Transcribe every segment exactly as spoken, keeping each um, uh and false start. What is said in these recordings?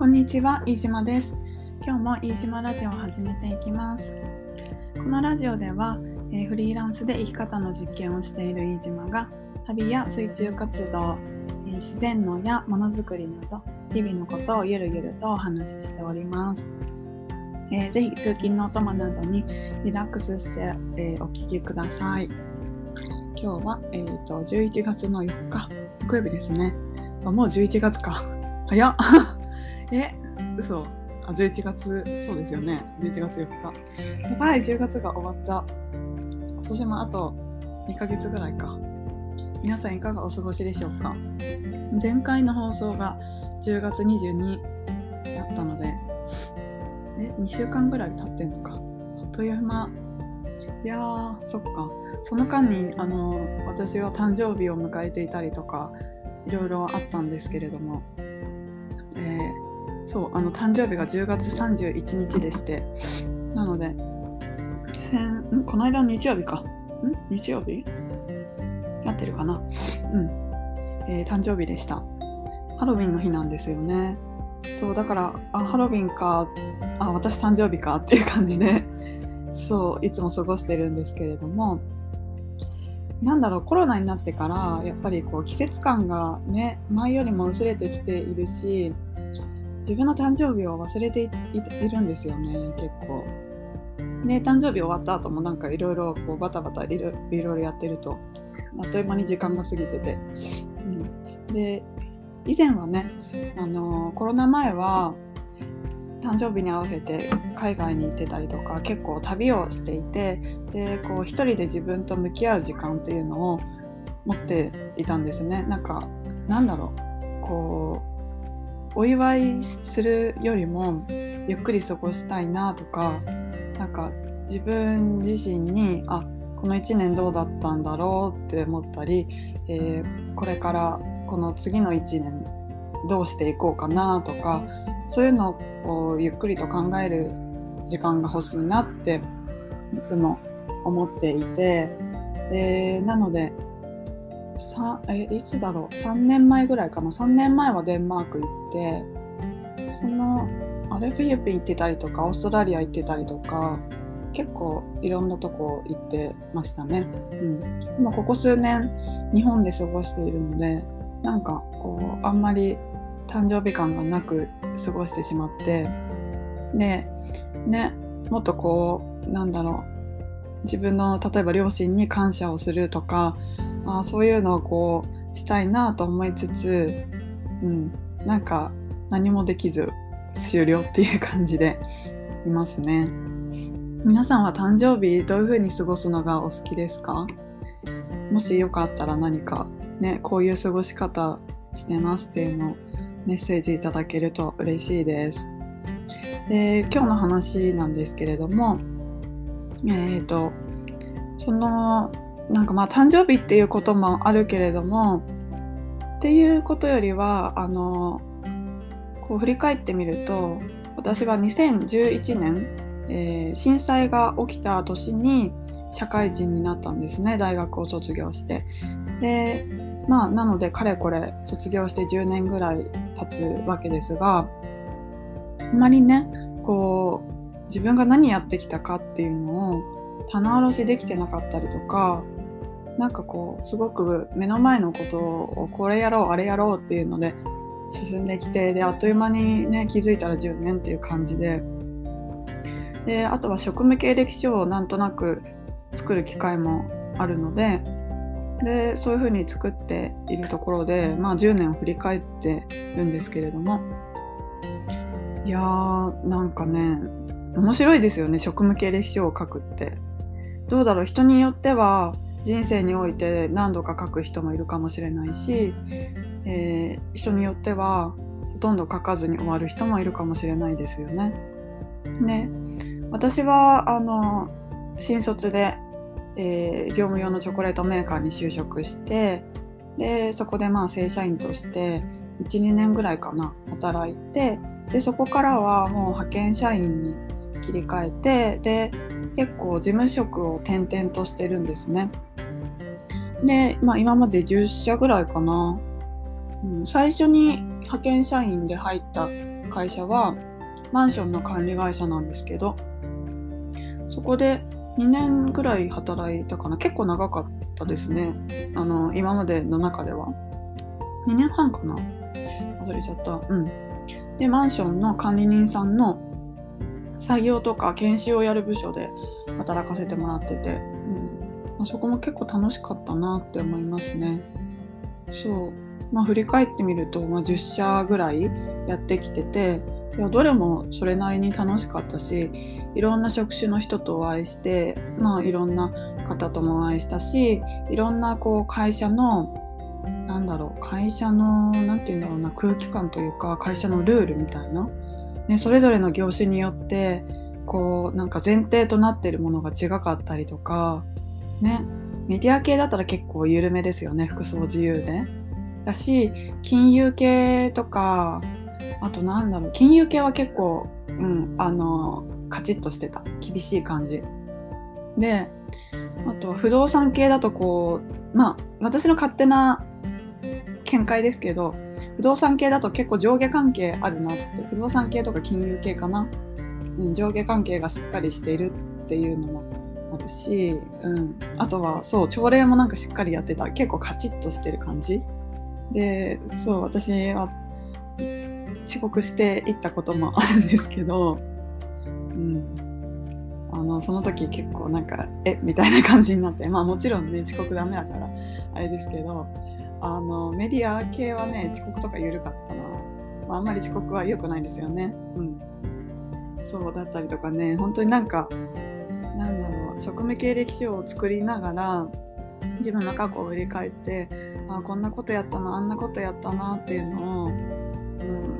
こんにちは、飯島です。今日も飯島ラジオを始めていきます。このラジオでは、えー、フリーランスで生き方の実験をしている飯島が旅や水中活動、えー、自然農やものづくりなど日々のことをゆるゆるとお話ししております。えー、ぜひ通勤のお供などにリラックスして、えー、お聞きください。今日は、えー、とじゅういちがつのよっか木曜日ですね。あ、もうじゅういちがつか。早っえ、嘘。あ、じゅういちがつ、そうですよね。じゅういちがつよっか。はい、じゅうがつが終わった。今年もあとにかげつぐらいか。皆さんいかがお過ごしでしょうか。前回の放送がじゅうがつにじゅうにだったので、え、にしゅうかんぐらい経ってんのか。あっという間。いやー、そっか。その間に、あの、私は誕生日を迎えていたりとか、いろいろあったんですけれども、えーそう、あの誕生日がじゅうがつさんじゅういちにちでして、なので先んこの間の日曜日かん日曜日やってるかなうん、えー、誕生日でした。ハロウィンの日なんですよね。そうだからあハロウィンかあ私誕生日かっていう感じでそういつも過ごしてるんですけれども、なんだろうコロナになってからやっぱりこう季節感がね前よりも薄れてきているし、自分の誕生日を忘れて い, い, いるんですよね、結構。で、誕生日終わった後もなんかいろいろこうバタバタいろいろやってると、あっという間に時間が過ぎてて、うん、で、以前はね、あのコロナ前は誕生日に合わせて海外に行ってたりとか、結構旅をしていて、で、こう一人で自分と向き合う時間っていうのを持っていたんですね。なんか、なんだろう、こう、お祝いするよりもゆっくり過ごしたいなとか、なんか自分自身にあこのいちねんどうだったんだろうって思ったり、えー、これからこの次のいちねんどうしていこうかなとか、そういうのをゆっくりと考える時間が欲しいなっていつも思っていて、でなのでさえいつだろうさんねんまえぐらいかなさんねんまえはデンマーク行って、そのあれフィリピン行ってたりとかオーストラリア行ってたりとか、結構いろんなとこ行ってましたね。うん、今ここ数年日本で過ごしているので、なんかこうあんまり誕生日感がなく過ごしてしまって、でねもっとこうなんだろう自分の例えば両親に感謝をするとか、あそういうのをこうしたいなと思いつつ、うん、なんか何もできず終了っていう感じでいますね。皆さんは誕生日どういう風に過ごすのがお好きですか？もしよかったら何かねこういう過ごし方してますっていうのをメッセージいただけると嬉しいです。で今日の話なんですけれども、えーとそのなんかまあ誕生日っていうこともあるけれどもっていうことよりは、あのこう振り返ってみると、私がにせんじゅういちねん、えー、震災が起きた年に社会人になったんですね。大学を卒業して、でまあなのでかれこれ卒業してじゅうねんぐらい経つわけですが、あまりねこう自分が何やってきたかっていうのを棚卸しできてなかったりとか、なんかこうすごく目の前のことをこれやろうあれやろうっていうので進んできて、であっという間にね気づいたらじゅうねんっていう感じで、であとは職務経歴書をなんとなく作る機会もあるので、でそういう風に作っているところで、まあじゅうねんを振り返ってるんですけれども、いやーなんかね面白いですよね、職務経歴書を書くって。どうだろう、人によっては人生において何度か書く人もいるかもしれないし、えー、人によってはほとんど書かずに終わる人もいるかもしれないですよね。で、私はあの新卒で、えー、業務用のチョコレートメーカーに就職して、でそこでまあ正社員としていち、にねんぐらいかな働いて、でそこからはもう派遣社員に切り替えて、で結構事務職を転々としてるんですね。で、まあ、今までじゅっしゃぐらいかな、うん、最初に派遣社員で入った会社はマンションの管理会社なんですけど、そこでにねんぐらい働いたかな。結構長かったですね。あの今までの中ではにねんはんかな、忘れちゃった。うんでマンションの管理人さんの採用とか研修をやる部署で働かせてもらってて、うん、そこも結構楽しかったなって思いますね。そう、まあ、振り返ってみると、まあ、じゅっしゃぐらいやってきてて、いやどれもそれなりに楽しかったし、いろんな職種の人とお会いして、まあ、いろんな方ともお会いしたし、いろんなこう会社のなんだろう会社のなんていうんだろうな空気感というか、会社のルールみたいな、ね、それぞれの業種によってこうなんか前提となっているものが違かったりとかね、メディア系だったら結構緩めですよね、服装自由でだし、金融系とか、あとなんだろう金融系は結構、うん、あのカチッとしてた、厳しい感じで、あとは不動産系だとこうまあ私の勝手な見解ですけど、不動産系だと結構上下関係あるなって、不動産系とか金融系かな、うん、上下関係がしっかりしているっていうのもあるし、うん、あとはそう朝礼もなんかしっかりやってた、結構カチッとしてる感じで、そう私は遅刻していったこともあるんですけど、うん、あのその時結構なんかえみたいな感じになって、まあもちろんね遅刻ダメだからあれですけど、あのメディア系はね遅刻とか緩かったな、まあ、あんまり遅刻は良くないんですよね。うん、そうだったりとかね、本当になんかなんだろう職務経歴書を作りながら自分の過去を振り返って、あこんなことやったなあんなことやったなっていうのを、うん、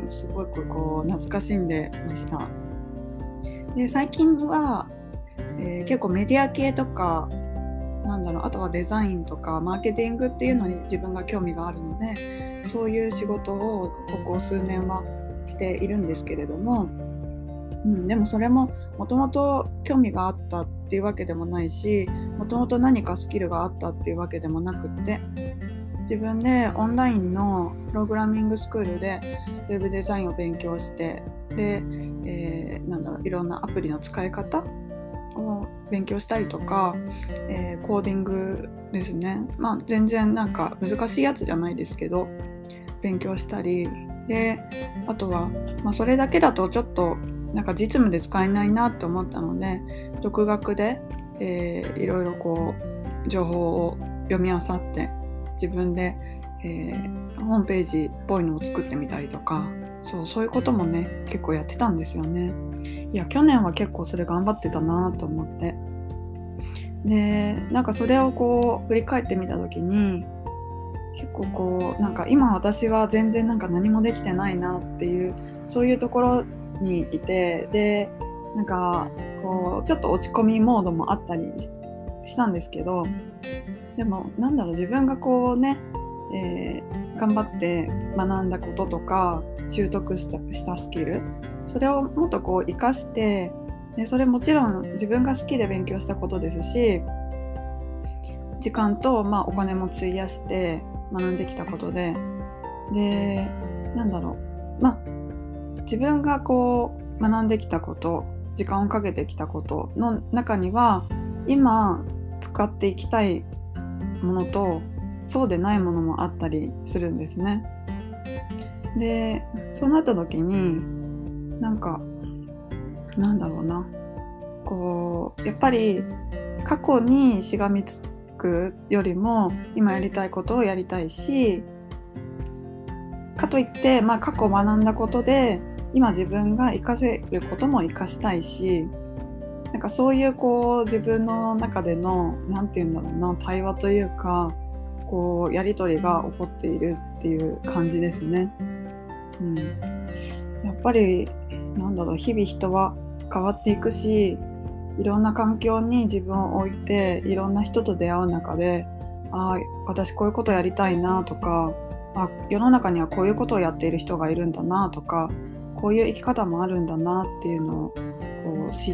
すごくこう懐かしんでました。で最近は、えー、結構メディア系とかなんだろう、あとはデザインとかマーケティングっていうのに自分が興味があるので、そういう仕事をここ数年はしているんですけれども、うん、でもそれももともと興味があったっていうわけでもないし、もともと何かスキルがあったっていうわけでもなくって、自分でオンラインのプログラミングスクールでウェブデザインを勉強して、で、えー、なんだろういろんなアプリの使い方を勉強したりとか、えー、コーディングですね、まあ全然なんか難しいやつじゃないですけど勉強したりで、あとは、まあ、それだけだとちょっとなんか実務で使えないなって思ったので、独学で、えー、いろいろこう情報を読み漁って自分で、えー、ホームページっぽいのを作ってみたりとか、そう、そういうこともね結構やってたんですよね。いや去年は結構それ頑張ってたなと思って、でなんかそれをこう振り返ってみた時に結構こうなんか今私は全然なんか何もできてないなっていう、そういうところにいて、でなんかこうちょっと落ち込みモードもあったりしたんですけど、でもなんだろう自分がこうね、えー、頑張って学んだこととか習得した、したスキル、それをもっとこう活かして、でそれもちろん自分が好きで勉強したことですし、時間と、まあ、お金も費やして学んできたことで、でなんだろう、まあ自分がこう学んできたこと、時間をかけてきたことの中には今使っていきたいものとそうでないものもあったりするんですね。でそうなった時になんかなんだろうな、こうやっぱり過去にしがみつくよりも今やりたいことをやりたいし、かといって、まあ、過去学んだことで今自分が活かせることも活かしたいし、なんかそういうこう自分の中でのなんていうんだろうな、対話というかこうやり取りが起こっているっていう感じですね。うん、やっぱりなんだろう、日々人は変わっていくし、いろんな環境に自分を置いていろんな人と出会う中で、あ、私こういうことやりたいなとか、あ、世の中にはこういうことをやっている人がいるんだなとか、こういう生き方もあるんだなっていうのをこう知って、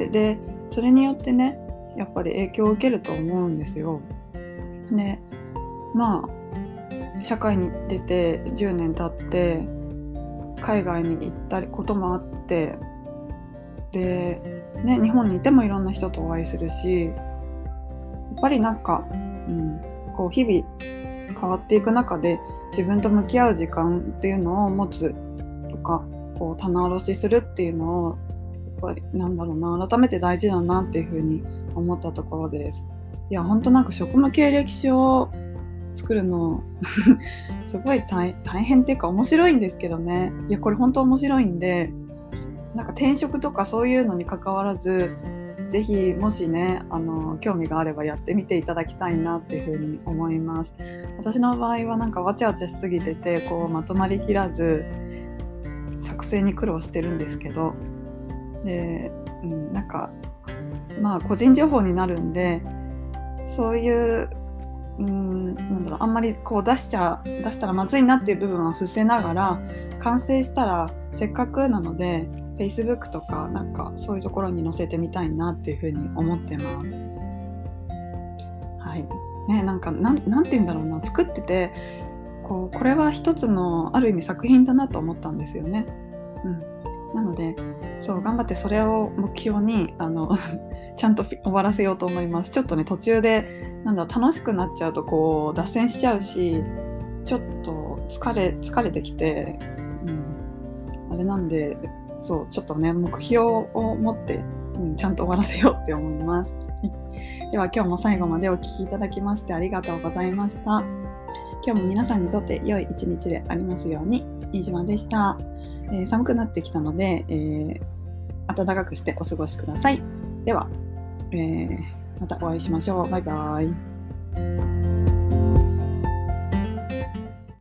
でそれによってねやっぱり影響を受けると思うんですよ。でまあ社会に出てじゅうねん経って、 海外に行ったこともあって、で、ね、日本にいてもいろんな人とお会いするし、やっぱりなんか、うん、こう日々変わっていく中で自分と向き合う時間っていうのを持つとか、こう棚卸しするっていうのをやっぱりなんだろうな、改めて大事だなっていうふうに思ったところです。いや、本当なんか職務経歴書を作るのすごい 大, 大変っていうか面白いんですけどね。いや、これ本当面白いんで、なんか転職とかそういうのに関わらず、ぜひもしね、あの興味があればやってみていただきたいなっていうふうに思います。私の場合はなんかわちゃわちゃしすぎてて、こうまとまりきらず作成に苦労してるんですけど、で、うん、なんかまあ個人情報になるんで、そういううーんなんだろう、あんまりこう出しちゃ出したらまずいなっていう部分は伏せながら、完成したらせっかくなので Facebook とかなんかそういうところに載せてみたいなっていうふうに思ってます。はいね、なんかなんなんて言うんだろうな、作っててこうこれは一つのある意味作品だなと思ったんですよね。うん、なのでそう頑張ってそれを目標にあのちゃんと終わらせようと思います。ちょっとね途中でなんだ楽しくなっちゃうとこう脱線しちゃうし、ちょっと疲れ疲れてきて、うん、あれなんで、そうちょっとね目標を持って、うん、ちゃんと終わらせようって思います。では今日も最後までお聞きいただきましてありがとうございました。今日も皆さんにとって良い一日でありますように。飯島でした。えー、寒くなってきたので、えー、暖かくしてお過ごしください。では、えー、またお会いしましょう。バイバイ。